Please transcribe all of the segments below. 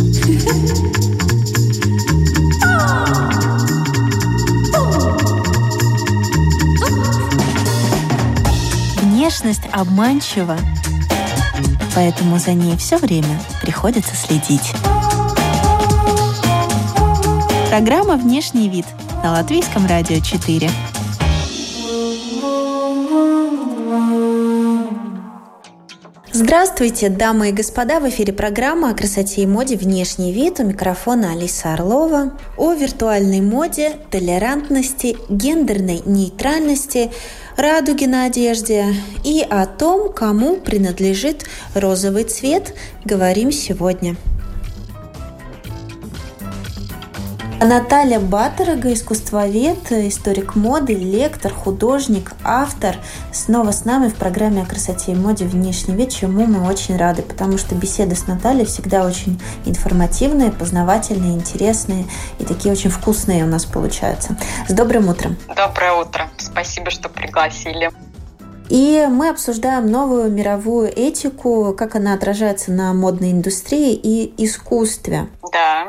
Внешность обманчива, поэтому за ней все время приходится следить. Программа «Внешний вид» на Латвийском радио 4. Здравствуйте, дамы и господа! В эфире программа о красоте и моде «Внешний вид». У микрофона Алиса Орлова. О виртуальной моде, толерантности, гендерной нейтральности, радуге на одежде и о том, кому принадлежит розовый цвет, говорим сегодня. Наталья Баторога, искусствовед, историк моды, лектор, художник, автор, снова с нами в программе о красоте и моде «Внешний вид», чему мы очень рады, потому что беседы с Натальей всегда очень информативные, познавательные, интересные и такие очень вкусные у нас получаются. С добрым утром! Доброе утро! Спасибо, что пригласили. И мы обсуждаем новую мировую этику, как она отражается на модной индустрии и искусстве. Да.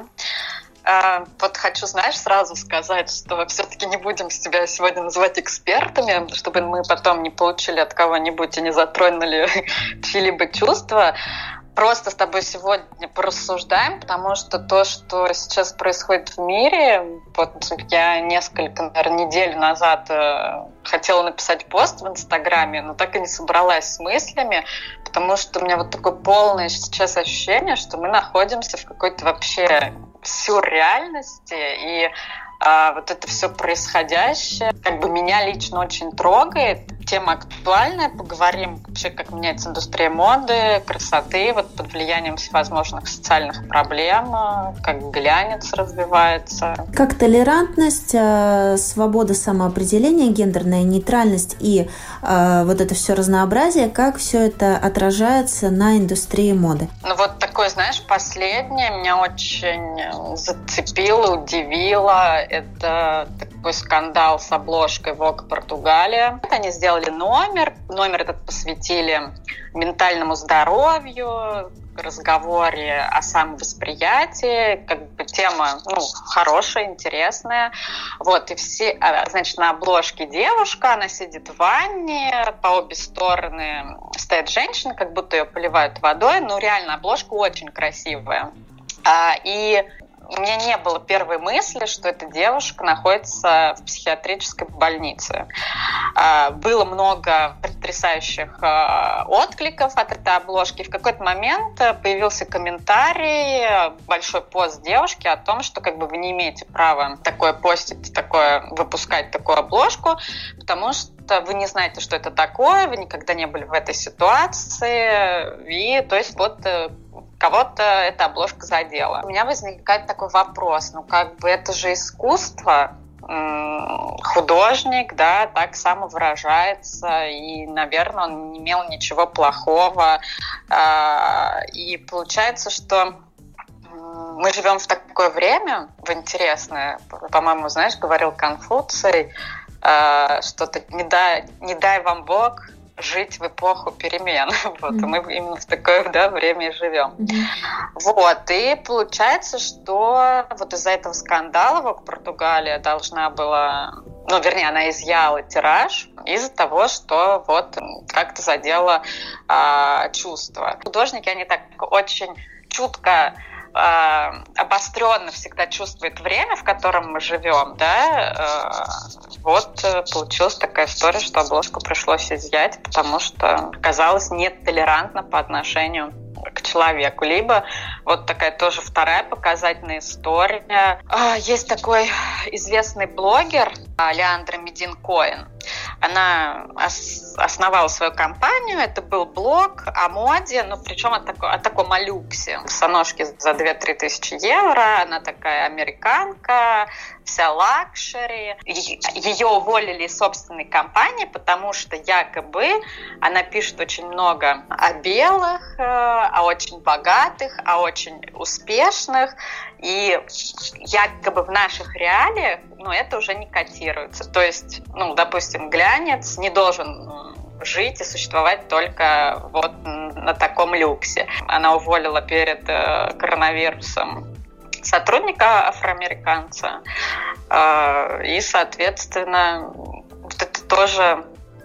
Вот хочу, сразу сказать, что все-таки не будем себя сегодня называть экспертами, чтобы мы потом не получили от кого-нибудь и не затронули чьи-либо чувства. Просто с тобой сегодня порассуждаем, потому что то, что сейчас происходит в мире, вот я несколько, недель назад хотела написать пост в Инстаграме, но так и не собралась с мыслями, потому что у меня вот такое полное сейчас ощущение, что мы находимся в какой-то вообще сюрреальности, и вот это все происходящее меня лично очень трогает. Тема актуальная, поговорим вообще, как меняется индустрия моды, красоты, под влиянием всевозможных социальных проблем, как глянец развивается. Как толерантность, свобода самоопределения, гендерная нейтральность и вот это все разнообразие, как все это отражается на индустрии моды? Такое, последнее меня очень зацепило, удивило. Это такой скандал с обложкой Vogue Португалия. Они сделали номер этот посвятили ментальному здоровью, разговоре о самовосприятии, тема, хорошая, интересная. И все, на обложке девушка, она сидит в ванне, по обе стороны стоят женщины, как будто ее поливают водой, реально обложка очень красивая. И у меня не было первой мысли, что эта девушка находится в психиатрической больнице. Было много потрясающих откликов от этой обложки. В какой-то момент появился комментарий, большой пост девушки о том, что вы не имеете права такое постить, выпускать такую обложку, потому что вы не знаете, что это такое, вы никогда не были в этой ситуации, и кого-то эта обложка задела. У меня возникает такой вопрос, это же искусство, художник, так самовыражается, и, наверное, он не имел ничего плохого. И получается, что мы живем в такое время, в интересное, по-моему, говорил Конфуций, что-то «не дай вам Бог жить в эпоху перемен». Мы именно в такое время и живем. И получается, что из-за этого скандала Vogue Португалия должна была, она изъяла тираж из-за того, что как-то задела чувства. Художники, они так очень чутко, обостренно всегда чувствует время, в котором мы живем, получилась такая история, что обложку пришлось изъять, потому что оказалось нетолерантно по отношению к человеку. Либо такая тоже вторая показательная история. Есть такой известный блогер Леандра Медин-Коэн. Она основала свою компанию, это был блог о моде, причем о таком люксе. Босоножки за 2-3 тысячи евро, она такая американка, вся лакшери. Ее уволили из собственной компании, потому что якобы она пишет очень много о белых, о очень богатых, о очень успешных, и якобы в наших реалиях это уже не котируется. То есть, допустим, глянец не должен жить и существовать только вот на таком люксе. Она уволила перед коронавирусом сотрудника афроамериканца, и, соответственно, вот это тоже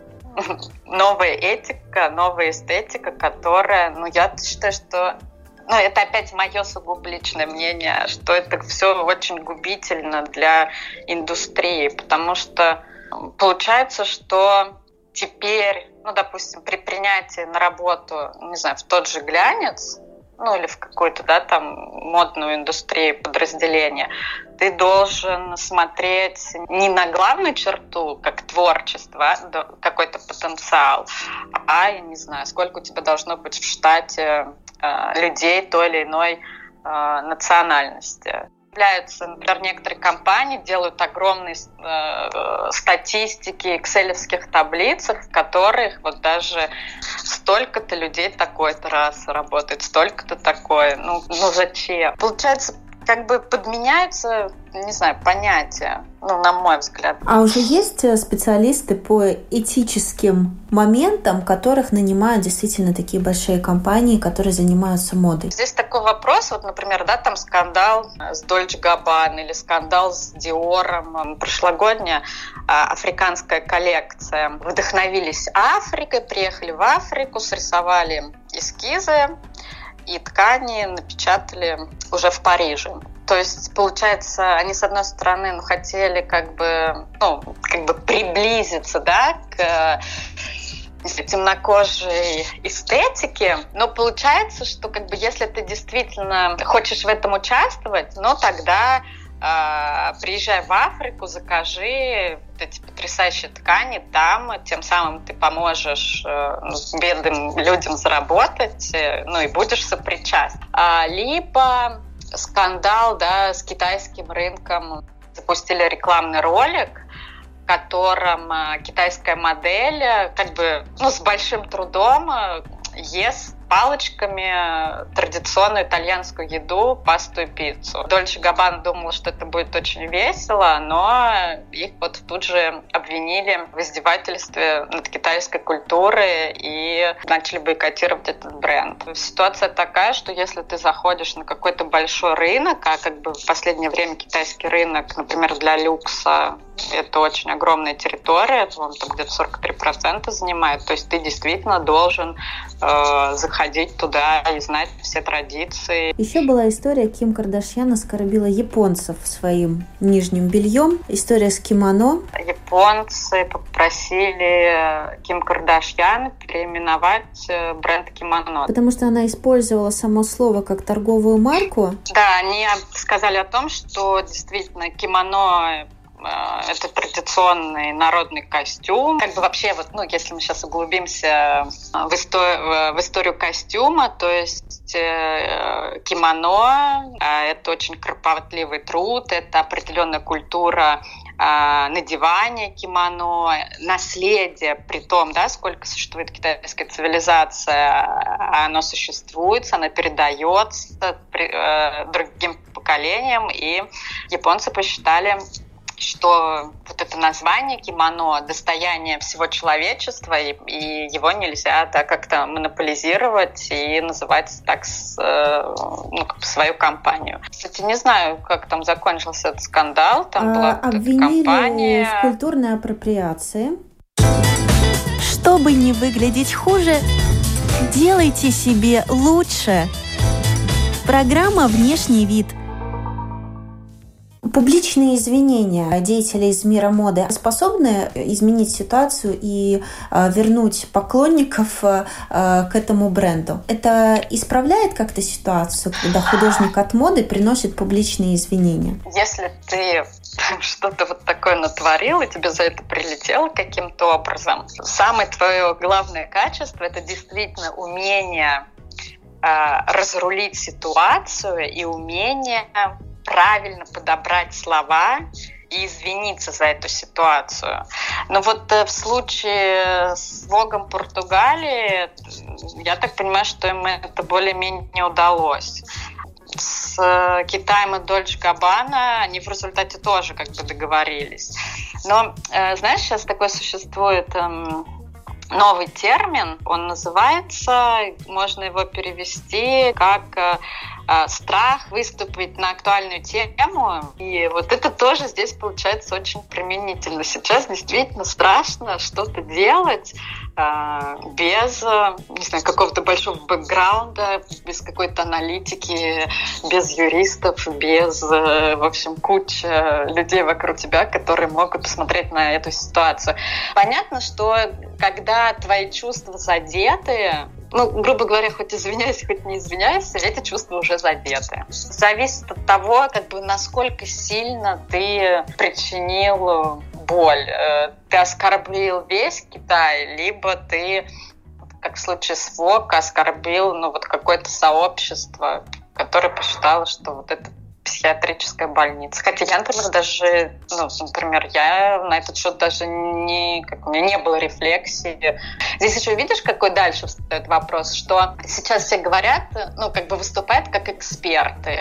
новая этика, новая эстетика, которая, я считаю, что это опять мое сугубо личное мнение, что это все очень губительно для индустрии, потому что получается, что теперь, допустим, при принятии на работу, не знаю, в тот же глянец, или в какую-то, там, модную индустрию подразделения, ты должен смотреть не на главную черту, как творчество, какой-то потенциал, а, я не знаю, сколько у тебя должно быть в штате людей той или иной национальности. Являются, например, некоторые компании делают огромные статистики, экселевских таблицах, в которых вот даже столько-то людей такой-то раз работает, столько-то такое. Зачем? Получается, как бы подменяются, не знаю, понятия, на мой взгляд. А уже есть специалисты по этическим моментам, которых нанимают действительно такие большие компании, которые занимаются модой? Здесь такой вопрос, например, там скандал с Dolce Gabbana или скандал с Dior. Прошлогодняя африканская коллекция. Вдохновились Африкой, приехали в Африку, срисовали эскизы и ткани напечатали уже в Париже. То есть, получается, они, с одной стороны, хотели как бы приблизиться, к темнокожей эстетике, но получается, что если ты действительно хочешь в этом участвовать, тогда приезжай в Африку, закажи эти потрясающие ткани там, тем самым ты поможешь бедным людям заработать, и будешь сопричастен. Либо скандал, с китайским рынком. Запустили рекламный ролик, в котором китайская модель с большим трудом ест палочками традиционную итальянскую еду, пасту и пиццу. Дольче Габбана думала, что это будет очень весело, но их тут же обвинили в издевательстве над китайской культурой и начали бойкотировать этот бренд. Ситуация такая, что если ты заходишь на какой-то большой рынок, а в последнее время китайский рынок, например, для люкса, это очень огромная территория, он там где-то 43% занимает, то есть ты действительно должен заходить туда и знать все традиции. Еще была история, Ким Кардашьян оскорбила японцев своим нижним бельем. История с кимоно. Японцы попросили Ким Кардашьян переименовать бренд кимоно. Потому что она использовала само слово как торговую марку. Да, они сказали о том, что действительно кимоно это традиционный народный костюм. Вообще, если мы сейчас углубимся в историю костюма, то есть кимоно – это очень кропотливый труд, это определенная культура надевания кимоно, наследие, при том, сколько существует китайская цивилизация, оно существует, оно передается другим поколениям, и японцы посчитали, что это название кимоно – достояние всего человечества, и его нельзя как-то монополизировать и называть так свою компанию. Кстати, не знаю, как там закончился этот скандал. Там была обвинили компания в культурной апроприации. Чтобы не выглядеть хуже, делайте себе лучше. Программа «Внешний вид». Публичные извинения деятелей из мира моды способны изменить ситуацию и вернуть поклонников к этому бренду? Это исправляет как-то ситуацию, когда художник от моды приносит публичные извинения? Если ты что-то такое натворил, и тебе за это прилетело каким-то образом, самое твое главное качество – это действительно умение разрулить ситуацию и умение правильно подобрать слова и извиниться за эту ситуацию. Но в случае с Вогом Португалии, я так понимаю, что им это более-менее не удалось. С Китаем и Dolce Gabbana они в результате тоже договорились. Но, знаешь, сейчас такое существует новый термин, он называется, можно его перевести как страх выступить на актуальную тему. И вот это тоже здесь получается очень применительно. Сейчас действительно страшно что-то делать без, не знаю, какого-то большого бэкграунда, без какой-то аналитики, без юристов, без, в общем, кучи людей вокруг тебя, которые могут посмотреть на эту ситуацию. Понятно, что когда твои чувства задеты, грубо говоря, хоть извиняйся, хоть не извиняйся, эти чувства уже задеты. Зависит от того, насколько сильно ты причинил боль. Ты оскорбил весь Китай, либо ты, как в случае с ВОК, оскорбил какое-то сообщество, которое посчитало, что это психиатрическая больница. Хотя я, например, я на этот счет даже у меня не было рефлексии. Здесь еще видишь, какой дальше встает вопрос, что сейчас все говорят, выступают как эксперты.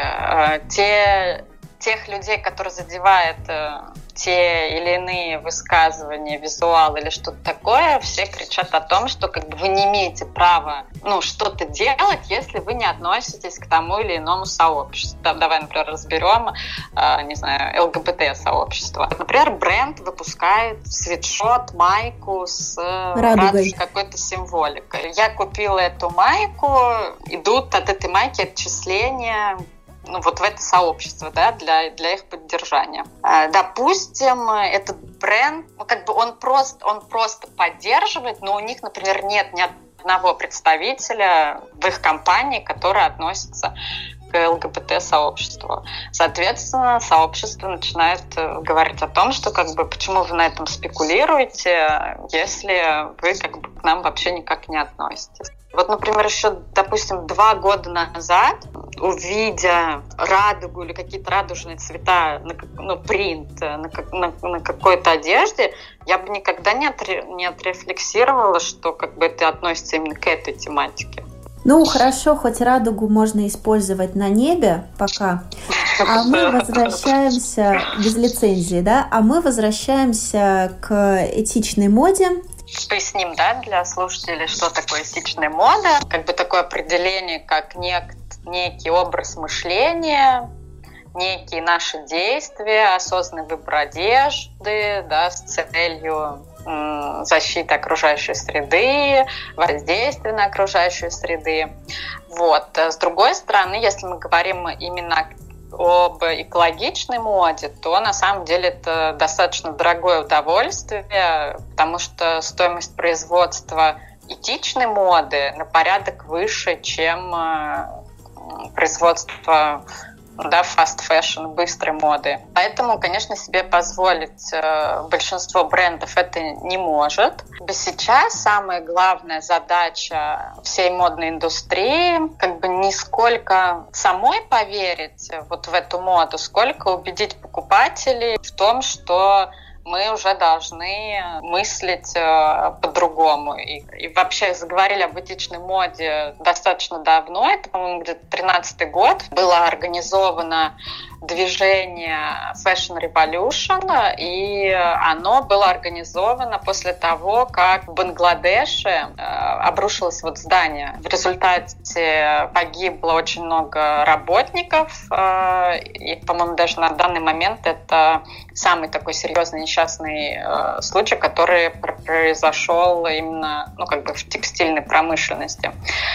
Тех людей, которые задевают те или иные высказывания, визуал или что-то такое, все кричат о том, что вы не имеете права что-то делать, если вы не относитесь к тому или иному сообществу. Давай, например, разберем, не знаю, ЛГБТ-сообщество. Например, бренд выпускает свитшот, майку с радужной какой-то символикой. Я купила эту майку, идут от этой майки отчисления в это сообщество, да, для их поддержания. Допустим, этот бренд, он просто поддерживает, но у них, например, нет ни одного представителя в их компании, который относится к ЛГБТ-сообществу. Соответственно, сообщество начинает говорить о том, что почему вы на этом спекулируете, если вы к нам вообще никак не относитесь. Например, еще, допустим, 2 года назад, увидя радугу или какие-то радужные цвета, принт на какой-то одежде, я бы никогда не отрефлексировала, что это относится именно к этой тематике. Хорошо, хоть радугу можно использовать на небе пока, а мы возвращаемся без лицензии, да? А мы возвращаемся к этичной моде. Поясним, да, для слушателей, что такое этичная мода. Такое определение, как некий образ мышления, некие наши действия, осознанный выбор одежды, да, с целью защиты окружающей среды, воздействия на окружающую среду. С другой стороны, если мы говорим именно об экологичной моде, то на самом деле это достаточно дорогое удовольствие, потому что стоимость производства этичной моды на порядок выше, чем производство fast fashion, быстрой моды. Поэтому, конечно, себе позволить большинство брендов это не может. Сейчас самая главная задача всей модной индустрии не сколько самой поверить в эту моду, сколько убедить покупателей в том, что мы уже должны мыслить по-другому. И вообще заговорили об этичной моде достаточно давно. Это, по-моему, где-то 2013 год. Было организовано движение Fashion Revolution, и оно было организовано после того, как в Бангладеше обрушилось здание. В результате погибло очень много работников, и, по-моему, даже на данный момент это самый такой серьезный несчастный случай, который произошел именно в текстильной промышленности.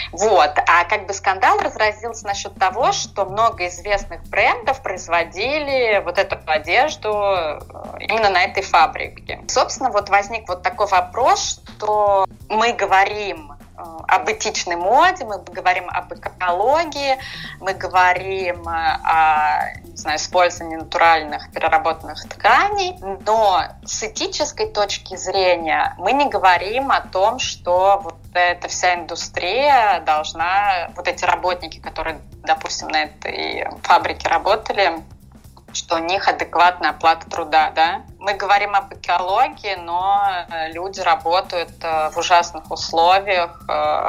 А скандал разразился насчет того, что много известных брендов производили эту одежду именно на этой фабрике. Собственно, возник такой вопрос, что мы говорим об этичной моде, мы говорим об экологии, мы говорим о использовании натуральных переработанных тканей, но с этической точки зрения мы не говорим о том, что эта вся индустрия должна, эти работники, которые, допустим, на этой фабрике работали, что у них адекватная оплата труда, да? Мы говорим об экологии, но люди работают в ужасных условиях,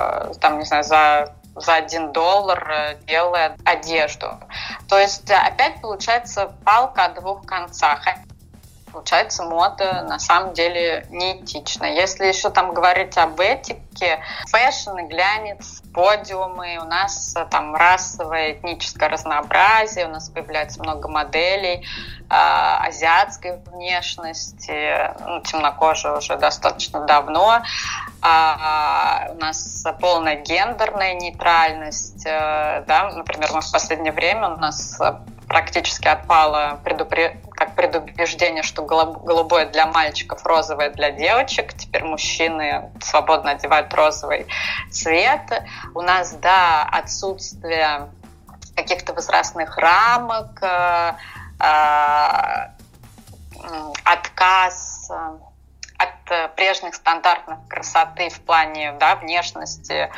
за $1 делая одежду. То есть опять получается палка о двух концах. получается, мода на самом деле неэтичная. Если еще там говорить об этике, фэшн и глянец, подиумы, у нас там расовое, этническое разнообразие, у нас появляется много моделей азиатской внешности, темнокожие уже достаточно давно. У нас полная гендерная нейтральность. Да? Например, мы в последнее время у нас практически отпало как предубеждение, что голубое для мальчиков, розовое для девочек. Теперь мужчины свободно одевают розовый цвет. У нас, да, отсутствие каких-то возрастных рамок, отказ от прежних стандартов красоты в плане, да, внешности,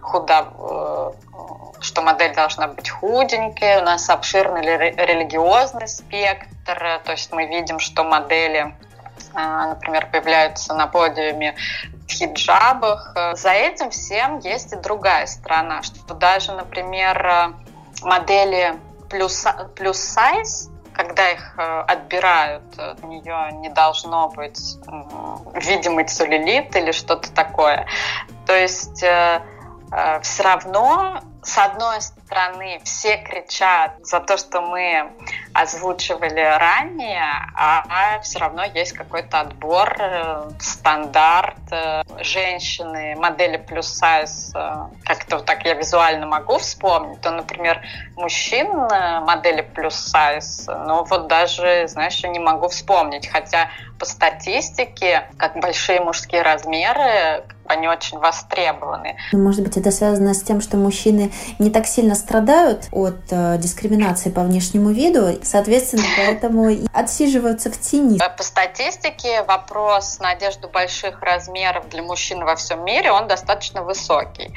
что модель должна быть худенькой. У нас обширный религиозный спектр, то есть мы видим, что модели, например, появляются на подиуме в хиджабах. За этим всем есть и другая сторона, что даже, например, модели плюс-сайз, когда их отбирают, у нее не должно быть видимый целлюлит или что-то такое. То есть все равно, с одной стороны, все кричат за то, что мы озвучивали ранее, а все равно есть какой-то отбор, стандарт. Женщины, модели плюс-сайз, как-то вот так я визуально могу вспомнить, то, например, мужчин модели плюс-сайз, вот даже, знаешь, я не могу вспомнить, хотя по статистике, как большие мужские размеры, они очень востребованы. Может быть, это связано с тем, что мужчины не так сильно страдают от дискриминации по внешнему виду, соответственно, поэтому и отсиживаются в тени. По статистике вопрос на одежду больших размеров для мужчин во всем мире, он достаточно высокий.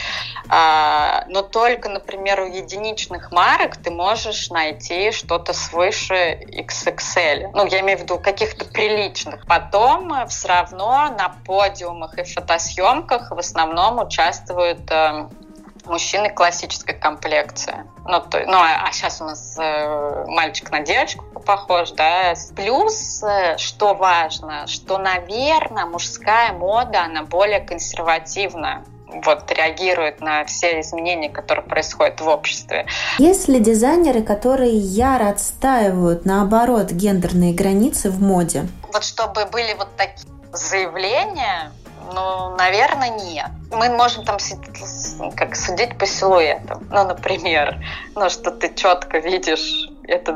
Но только, например, у единичных марок ты можешь найти что-то свыше XXL. Я имею в виду каких-то приличных. Потом все равно на подиумах и фотосъемках в основном участвуют мужчины классической комплекции. А сейчас у нас мальчик на девочку похож, да. Плюс, что важно, что, наверное, мужская мода, она более консервативна. Реагирует на все изменения, которые происходят в обществе. Есть ли дизайнеры, которые яро отстаивают, наоборот, гендерные границы в моде? Чтобы были такие заявления, наверное, нет. Мы можем там судить по силуэтам. Например, что ты четко видишь, это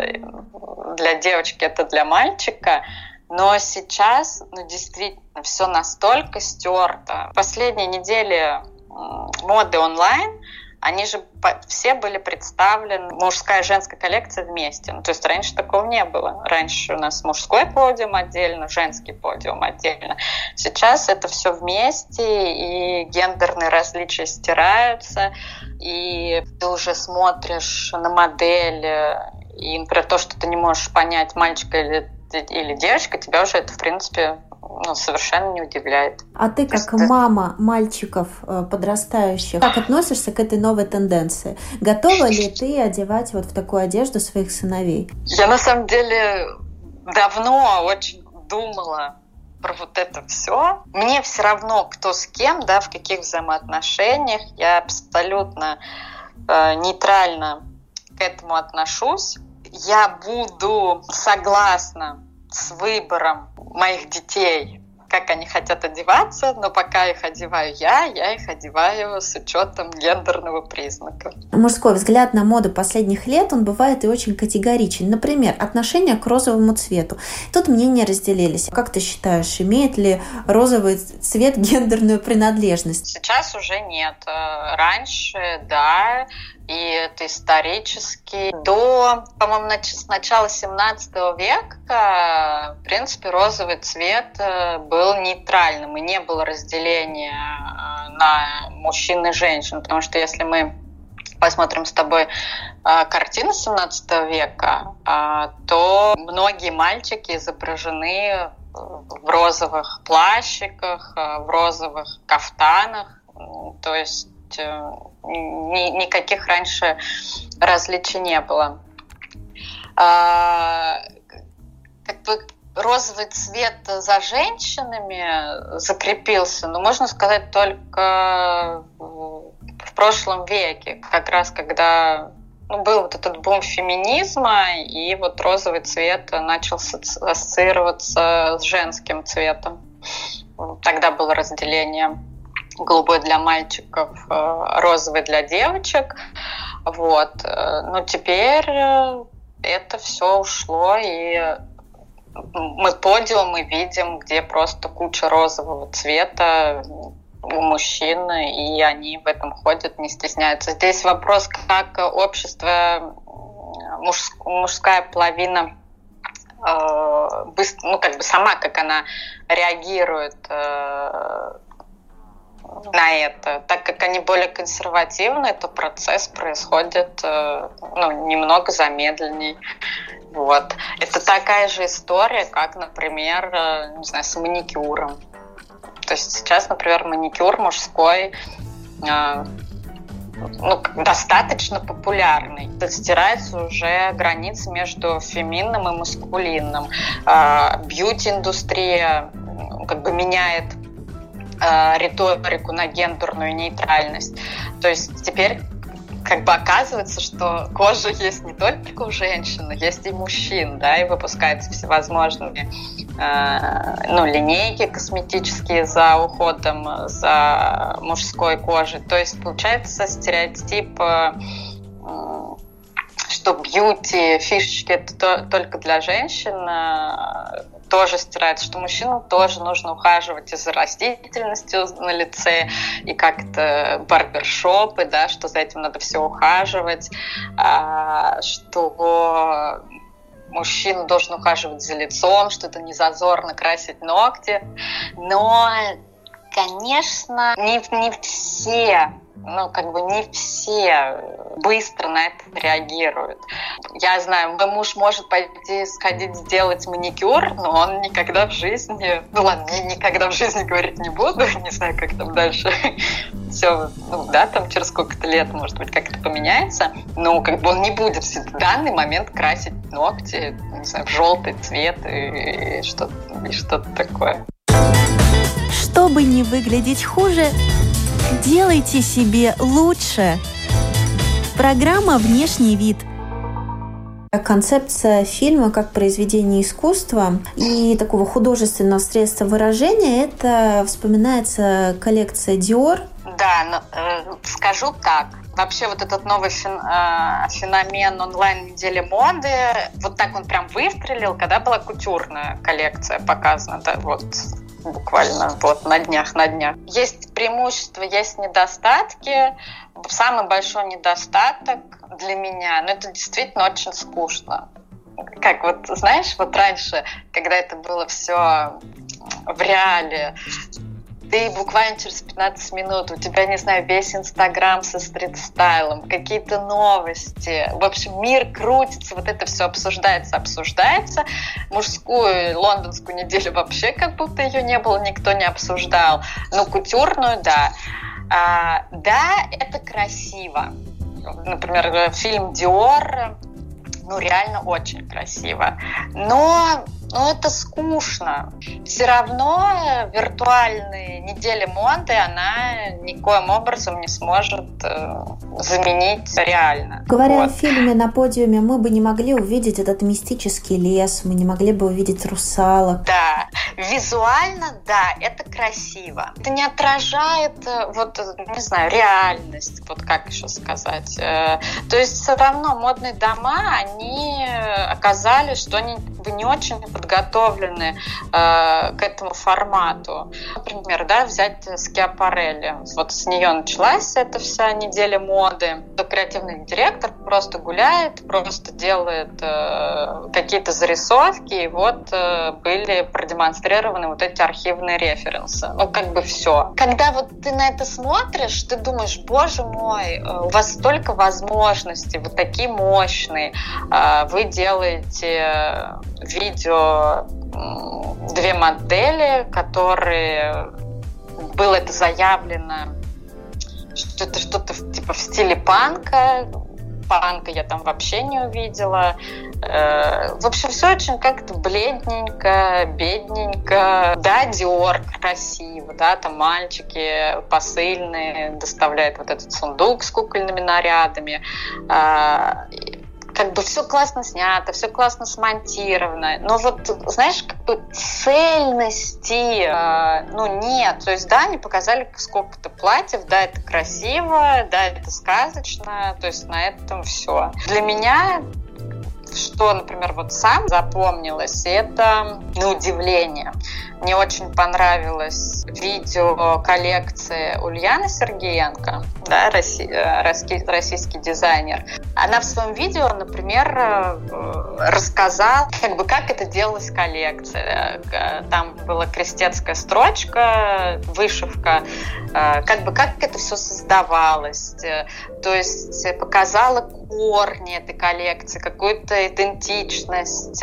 для девочки, это для мальчика. Но сейчас, действительно, все настолько стерто. Последние недели моды онлайн, они же все были представлены, мужская и женская коллекция вместе. То есть раньше такого не было. Раньше у нас мужской подиум отдельно, женский подиум отдельно. Сейчас это все вместе, и гендерные различия стираются, и ты уже смотришь на модель, и, например, то, что ты не можешь понять, мальчика или девочка, тебя уже это, в принципе, совершенно не удивляет. А ты, как мама мальчиков подрастающих, как относишься к этой новой тенденции? Готова ли ты одевать в такую одежду своих сыновей? Я, на самом деле, давно очень думала про это все. Мне все равно, кто с кем, да, в каких взаимоотношениях. Я абсолютно нейтрально к этому отношусь. Я буду согласна с выбором моих детей, как они хотят одеваться, но пока их одеваю я их одеваю с учетом гендерного признака. Мужской взгляд на моду последних лет, он бывает и очень категоричен. Например, отношение к розовому цвету. Тут мнения разделились. Как ты считаешь, имеет ли розовый цвет гендерную принадлежность? Сейчас уже нет. Раньше, да. И это исторически. До, по-моему, начала 17 века, в принципе, розовый цвет был нейтральным, и не было разделения на мужчин и женщин. Потому что если мы посмотрим с тобой картины 17 века, то многие мальчики изображены в розовых плащиках, в розовых кафтанах. То есть никаких раньше различий не было. розовый цвет за женщинами закрепился, но можно сказать только в прошлом веке, как раз когда был вот этот бум феминизма, и вот розовый цвет начал ассоциироваться с женским цветом. Тогда было разделение: голубой для мальчиков, розовый для девочек. Вот. Но теперь это все ушло, и мы подиумы видим, где просто куча розового цвета у мужчин, и они в этом ходят, не стесняются. Здесь вопрос, как общество, мужская половина быстро, сама, как она реагирует на это. Так как они более консервативны, то процесс происходит немного замедленней. Вот. Это такая же история, как, например, с маникюром. То есть сейчас, например, маникюр мужской достаточно популярный. Стирается уже граница между феминным и маскулинным. Бьюти-индустрия меняет риторику на гендерную нейтральность. То есть теперь оказывается, что кожа есть не только у женщин, есть и мужчин, да, и выпускаются всевозможные линейки косметические за уходом за мужской кожей. То есть получается стереотип, что бьюти, фишечки это только для женщин, тоже стирается, что мужчинам тоже нужно ухаживать и за растительностью на лице, и как-то барбершопы, да, что за этим надо все ухаживать, что мужчина должен ухаживать за лицом, что это не зазорно красить ногти. Но, конечно, не все, не все быстро на это реагируют. Я знаю, мой муж может пойти сходить сделать маникюр, но он никогда в жизни... я никогда в жизни говорить не буду, не знаю, как там дальше все, через сколько-то лет, может быть, как это поменяется, но он не будет в данный момент красить ногти, не знаю, в желтый цвет и что-то такое. Чтобы не выглядеть хуже, делайте себе лучше. Программа «Внешний вид». Концепция фильма как произведения искусства и такого художественного средства выражения, это вспоминается коллекция Dior. Да, скажу так. Вообще вот этот новый феномен онлайн-недели моды, вот так он прям выстрелил, когда была кутюрная коллекция показана, да, вот буквально на днях. Есть преимущества, есть недостатки. Самый большой недостаток для меня, это действительно очень скучно. Как знаешь, раньше, когда это было все в реале, ты буквально через 15 минут, у тебя, не знаю, весь Инстаграм со стрит-стайлом, какие-то новости. В общем, мир крутится, вот это все обсуждается. Мужскую лондонскую неделю вообще как будто ее не было, никто не обсуждал. Но кутюрную, да. Да, это красиво. Например, фильм «Диор», реально очень красиво. Но это скучно. Все равно виртуальные недели моды, она никоим образом не сможет заменить реально. Говоря о фильме «На подиуме», мы бы не могли увидеть этот мистический лес, мы не могли бы увидеть русалок. Да, визуально, да, это красиво. Это не отражает, реальность, как еще сказать. То есть все равно модные дома, они оказались, что они не очень подготовлены к этому формату. Например, взять Скиапарелли. С нее началась эта вся неделя моды. Креативный директор просто гуляет, просто делает какие-то зарисовки, и были продемонстрированы эти архивные референсы. Все. Когда ты на это смотришь, ты думаешь, боже мой, у вас столько возможностей, вы такие мощные, вы делаете видео, 2 модели, которые было это заявлено, что это что-то типа в стиле панка. Панка я там вообще не увидела. В общем, все очень как-то бледненько, бедненько. Да, Диор красиво, да, там мальчики посыльные доставляют вот этот сундук с кукольными нарядами. Как бы все классно снято, все классно смонтировано. Но вот, знаешь, как бы цельности, нет. То есть, да, они показали сколько-то платьев, да, это красиво, да, это сказочно. То есть на этом все. Для меня, что, например, вот сам запомнилось, это на удивление. Мне очень понравилось видео коллекции Ульяны Сергеенко, да, российский дизайнер. Она в своем видео, например, рассказала, как это делалась коллекция. Там была крестецкая строчка, вышивка, как это все создавалось. То есть показала корни этой коллекции, какую-то идентичность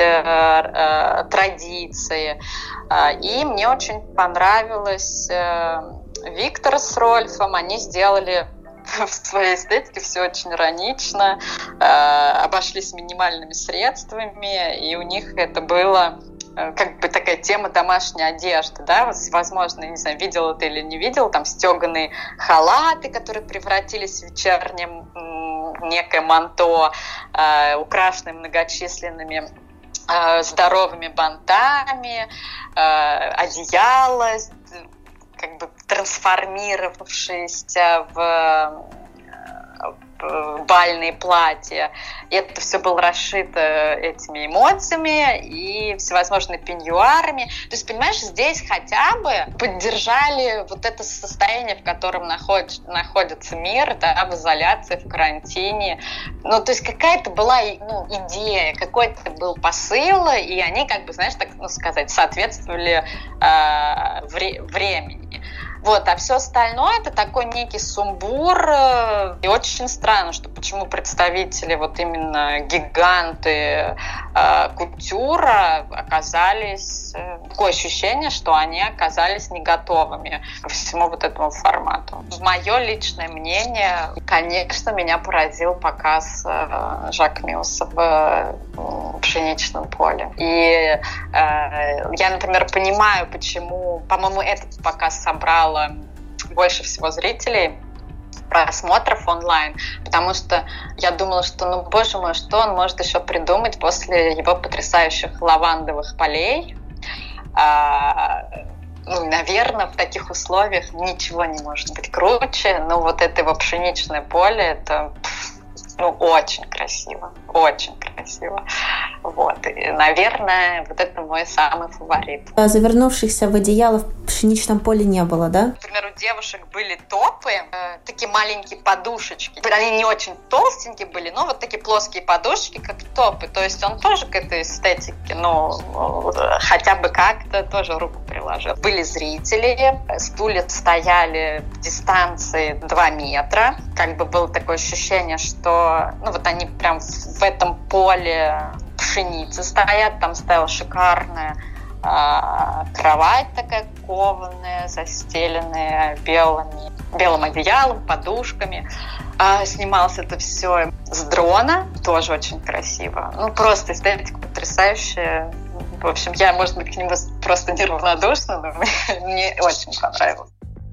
традиции. И мне очень понравилось Виктор с Рольфом. Они сделали в своей эстетике все очень иронично, обошлись минимальными средствами, и у них это было как бы такая тема домашней одежды, да, возможно, не знаю, видела ты или не видела, там стеганые халаты, которые превратились в вечернее некое манто, украшенное многочисленными здоровыми бантами, одеяло, как бы трансформировавшееся в бальные платья. И это все было расшито этими эмоциями и всевозможными пеньюарами. То есть, понимаешь, здесь хотя бы поддержали вот это состояние, в котором находится мир, да, в изоляции, в карантине. Ну, то есть какая-то была идея, какой-то был посыл, и они, как бы, знаешь, так сказать, соответствовали времени. Вот, а все остальное это такой некий сумбур, и очень странно, что почему представители, вот именно гиганты кутюра оказались, такое ощущение, что они оказались не готовыми ко всему вот этому формату. Мое личное мнение, конечно, меня поразил показ Жакмюса в «Пшеничном поле». И я, например, понимаю, почему, по-моему, этот показ собрал больше всего зрителей, просмотров онлайн, потому что я думала, что, боже мой, что он может еще придумать после его потрясающих лавандовых полей. Наверное, в таких условиях ничего не может быть круче, но вот это его пшеничное поле, это очень красиво, очень красиво. Вот. И, наверное, вот это мой самый фаворит. Завернувшихся в одеяло в пшеничном поле не было, да? Например, у девушек были топы, такие маленькие подушечки. Они не очень толстенькие были, но вот такие плоские подушечки, как топы. То есть он тоже к этой эстетике, хотя бы как-то тоже руку приложил. Были зрители, стулья стояли в дистанции 2 метра. Как бы было такое ощущение, что они прям в этом поле пшеницы стоят. Там стояла шикарная кровать такая кованая, застеленная белым одеялом, подушками. Снималось это все с дрона, тоже очень красиво. Просто эстетика потрясающая. В общем, я, может быть, к нему просто неравнодушна, но мне очень понравилось.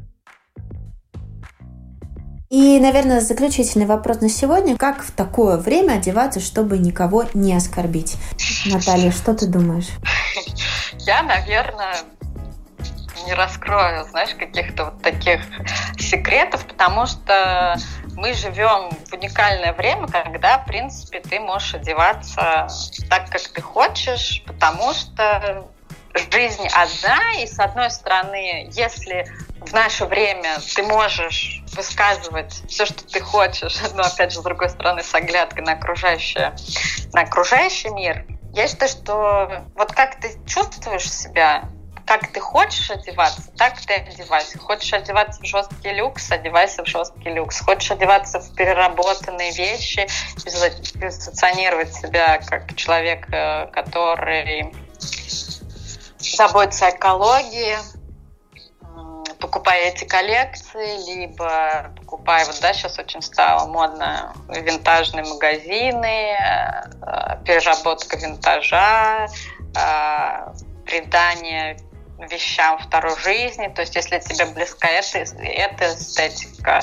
И, наверное, заключительный вопрос на сегодня. Как в такое время одеваться, чтобы никого не оскорбить? Наталья, что ты думаешь? Я, наверное, не раскрою, каких-то вот таких секретов, потому что мы живем в уникальное время, когда, в принципе, ты можешь одеваться так, как ты хочешь, потому что жизнь одна, и, с одной стороны, если в наше время ты можешь высказывать все, что ты хочешь, но, опять же, с другой стороны, с оглядкой на окружающий мир, я считаю, что вот как ты чувствуешь себя, как ты хочешь одеваться, так ты одевайся. Хочешь одеваться в жесткий люкс, одевайся в жесткий люкс. Хочешь одеваться в переработанные вещи, позиционировать себя как человек, который заботится о экологии, покупай эти коллекции, либо покупай, вот, да, сейчас очень стало модно, винтажные магазины, переработка винтажа, придание вещам второй жизни. То есть, если тебе близка эта эстетика,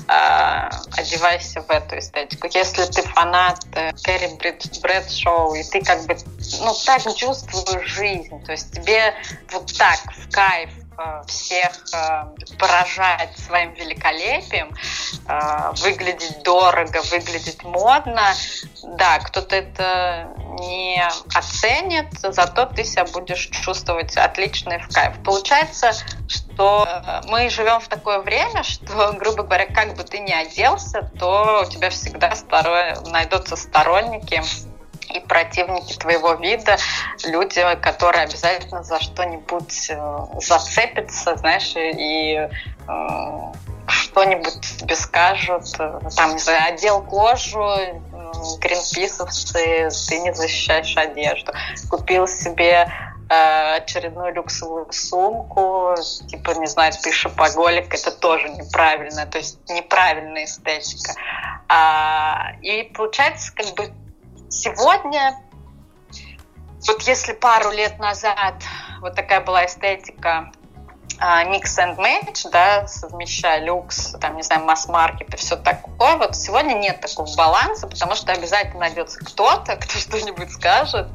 одевайся в эту эстетику. Если ты фанат Кэрри Брэдшоу, и ты как бы, так чувствуешь жизнь, то есть тебе вот так в кайф всех поражать своим великолепием, выглядеть дорого, выглядеть модно. Да, кто-то это не оценит, зато ты себя будешь чувствовать отлично и в кайф. Получается, что мы живем в такое время, что, грубо говоря, как бы ты ни оделся, то у тебя всегда найдутся сторонники и противники твоего вида, люди, которые обязательно за что-нибудь зацепятся, знаешь, и что-нибудь тебе скажут. Там, не знаю, одел кожу, гринписовцы, ты не защищаешь одежду. Купил себе очередную люксовую сумку, типа, не знаю, ты шопоголик, это тоже неправильно, то есть неправильная эстетика. И получается, как бы, сегодня, вот если пару лет назад вот такая была эстетика mix and match, да, совмещая люкс, там, не знаю, масс-маркет и все такое, вот сегодня нет такого баланса, потому что обязательно найдется кто-то, кто что-нибудь скажет,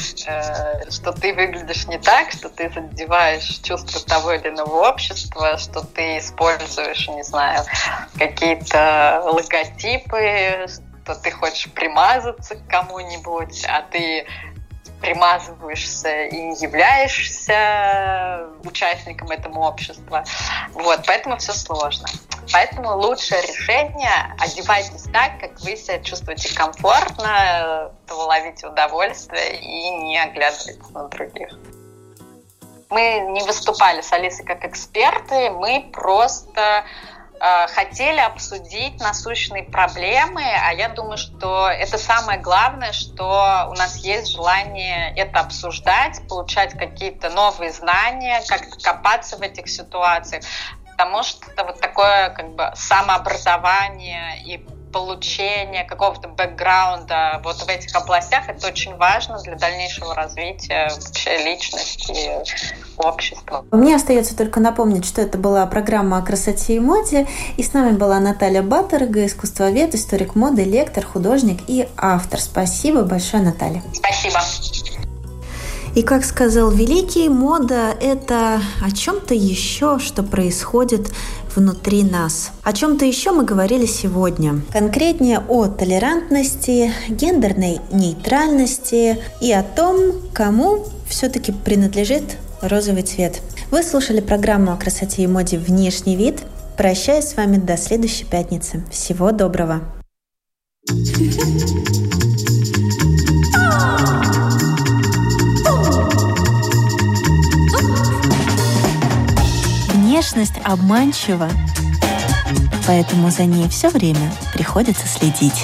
что ты выглядишь не так, что ты задеваешь чувства того или иного общества, что ты используешь, не знаю, какие-то логотипы, что ты хочешь примазаться к кому-нибудь, а ты примазываешься и являешься участником этого общества. Вот, поэтому все сложно. Поэтому лучшее решение – одевайтесь так, как вы себя чувствуете комфортно, ловите удовольствие и не оглядывайтесь на других. Мы не выступали с Алисой как эксперты, мы просто хотели обсудить насущные проблемы, а я думаю, что это самое главное, что у нас есть желание это обсуждать, получать какие-то новые знания, как-то копаться в этих ситуациях, потому что вот такое как бы самообразование и получение какого-то бэкграунда вот в этих областях, это очень важно для дальнейшего развития вообще личности, общества. Мне остается только напомнить, что это была программа о красоте и моде, и с нами была Наталья Баттерега, искусствовед, историк моды, лектор, художник и автор. Спасибо большое, Наталья. Спасибо. И, как сказал великий, мода – это о чем-то еще, что происходит внутри нас. О чем-то еще мы говорили сегодня. Конкретнее о толерантности, гендерной нейтральности и о том, кому все-таки принадлежит розовый цвет. Вы слушали программу о красоте и моде «Внешний вид». Прощаюсь с вами до следующей пятницы. Всего доброго! Внешность обманчива, поэтому за ней все время приходится следить.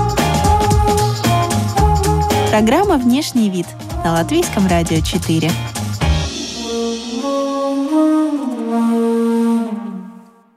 Программа «Внешний вид» на Латвийском радио 4.